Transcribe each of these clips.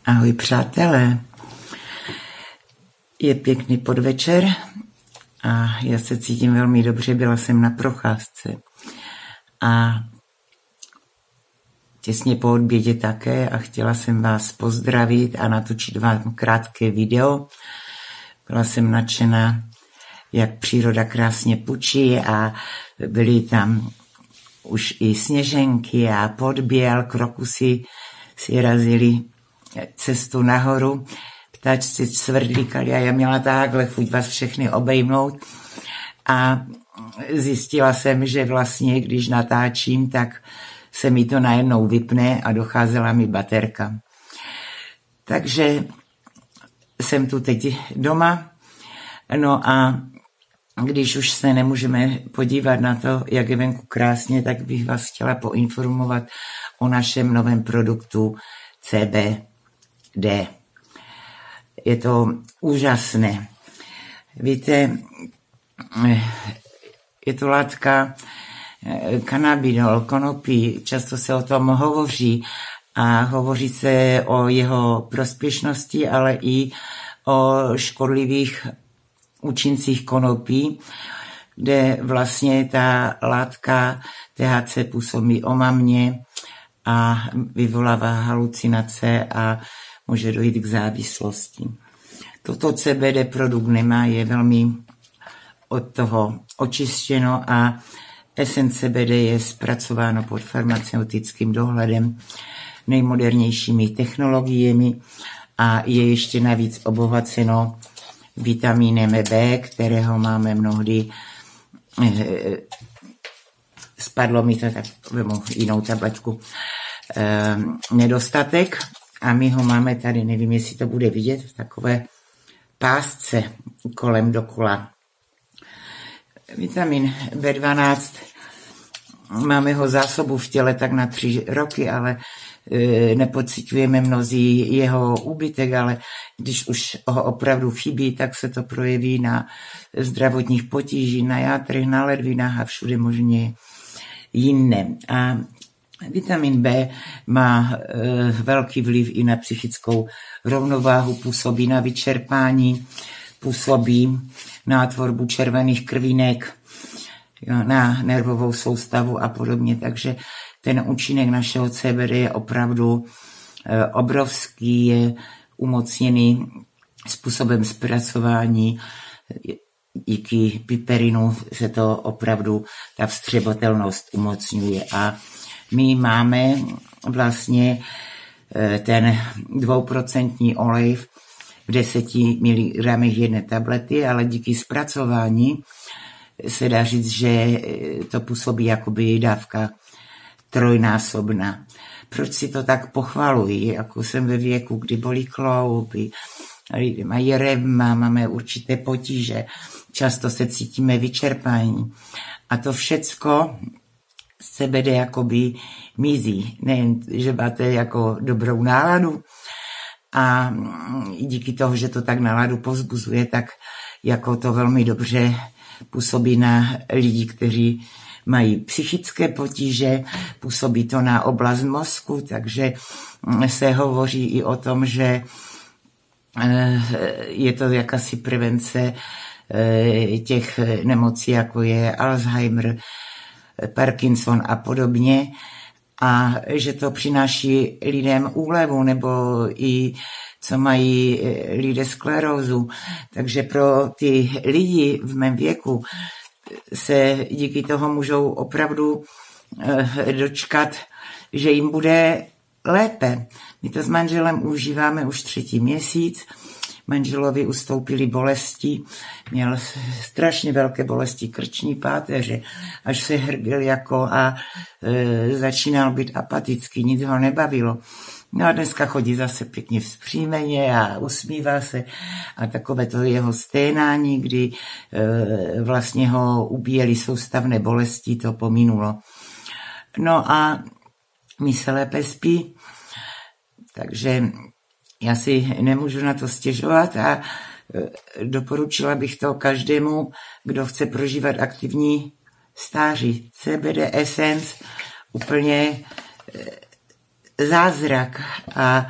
Ahoj přátelé, je pěkný podvečer a já se cítím velmi dobře, byla jsem na procházce a těsně po obědě také a chtěla jsem vás pozdravit a natočit vám krátké video. Byla jsem nadšená, jak příroda krásně pučí a byly tam už i sněženky a podběl, krokusy si razili cestu nahoru, ptáčci cvrdlíkali a já měla takhle chuť vás všechny obejmout a zjistila jsem, že vlastně, když natáčím, tak se mi to najednou vypne a docházela mi baterka. Takže jsem tu teď doma, no a když už se nemůžeme podívat na to, jak je venku krásně, tak bych vás chtěla poinformovat o našem novém produktu CBD. Je to úžasné. Víte, je to látka kanabinol, konopí, často se o tom hovoří a hovoří se o jeho prospěšnosti, ale i o škodlivých účincích konopí, kde vlastně ta látka THC působí omamně a vyvolává halucinace a může dojít k závislosti. Toto CBD produkt nemá, je velmi od toho očištěno a esence CBD je zpracováno pod farmaceutickým dohledem, nejmodernějšími technologiemi a je ještě navíc obohaceno vitamínem B, kterého máme mnohdy, spadlo mi to, tak vemu jinou tabletku, nedostatek a my ho máme tady, nevím, jestli to bude vidět, v takové pásce kolem dokola. Vitamin B12, máme ho zásobu v těle tak na 3 roky, ale nepociťujeme mnozí jeho úbytek, ale když už ho opravdu chybí, tak se to projeví na zdravotních potížích, na játrech, na ledvinách a všude možně jinde. A vitamin B má velký vliv i na psychickou rovnováhu, působí na vyčerpání, působí na tvorbu červených krvinek, na nervovou soustavu a podobně, takže ten účinek našeho CBD je opravdu obrovský, je umocněný způsobem zpracování. Díky piperinu se to opravdu, ta vstřebatelnost umocňuje. A my máme vlastně ten 2% olej v 10 mg jedné tablety, ale díky zpracování se dá říct, že to působí jakoby dávka trojnásobná. Proč si to tak pochvaluji? Jako jsem ve věku, kdy bolí klouby, mají revma, máme určité potíže, často se cítíme vyčerpání. A to všecko z CBD jakoby mizí. Nejen, že máte jako dobrou náladu a díky toho, že to tak náladu povzbuzuje, tak jako to velmi dobře působí na lidi, kteří mají psychické potíže, působí to na oblast mozku, takže se hovoří i o tom, že je to jakási prevence těch nemocí, jako je Alzheimer, Parkinson a podobně, a že to přináší lidem úlevu, nebo i co mají lidé sklerózu. Takže pro ty lidi v mém věku se díky toho můžou opravdu dočkat, že jim bude lépe. My to s manželem užíváme už 3. měsíc. Manželovi ustoupily bolesti, měl strašně velké bolesti krční páteře, až se hrbil a začínal být apatický, nic ho nebavilo. No a dneska chodí zase pěkně vzpřímeně a usmívá se a takové to jeho sténání, kdy vlastně ho ubíjeli soustavné bolesti, to pominulo. No a mi se lépe spí, takže já si nemůžu na to stěžovat a doporučila bych to každému, kdo chce prožívat aktivní stáří. CBD Essence úplně zázrak a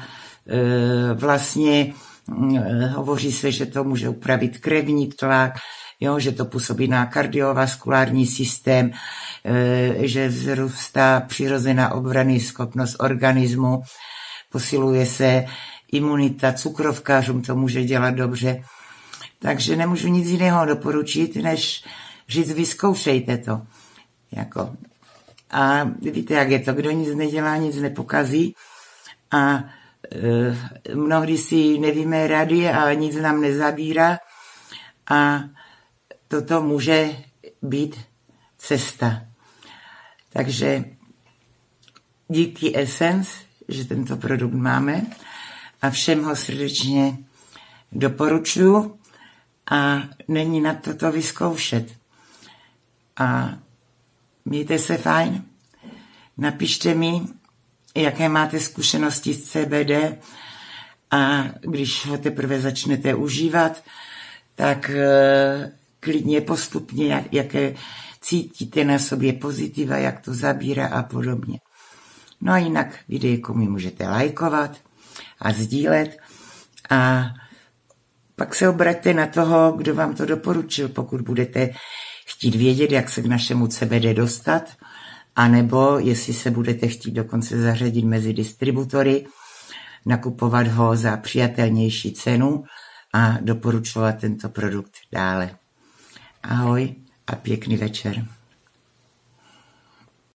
vlastně hovoří se, že to může upravit krevní tlak, jo, že to působí na kardiovaskulární systém, že vzrůstá přirozená obranná schopnost organismu, posiluje se imunita, cukrovkářům to může dělat dobře. Takže nemůžu nic jiného doporučit, než říct, vyzkoušejte to. Jako. A víte, jak je to, kdo nic nedělá, nic nepokazí. A mnohdy si nevíme rady a nic nám nezabírá. A toto může být cesta. Takže díky Essence, že tento produkt máme a všem ho srdečně doporučuji a není na to vyzkoušet. A mějte se fajn, napište mi, jaké máte zkušenosti s CBD a když ho teprve začnete užívat, tak klidně postupně, jaké cítíte na sobě pozitiva, jak to zabírá a podobně. No a jinak videjko mi můžete lajkovat a sdílet a pak se obraťte na toho, kdo vám to doporučil, pokud budete chtít vědět, jak se k našemu CBD dostat, anebo jestli se budete chtít dokonce zařadit mezi distributory, nakupovat ho za přijatelnější cenu a doporučovat tento produkt dále. Ahoj a pěkný večer.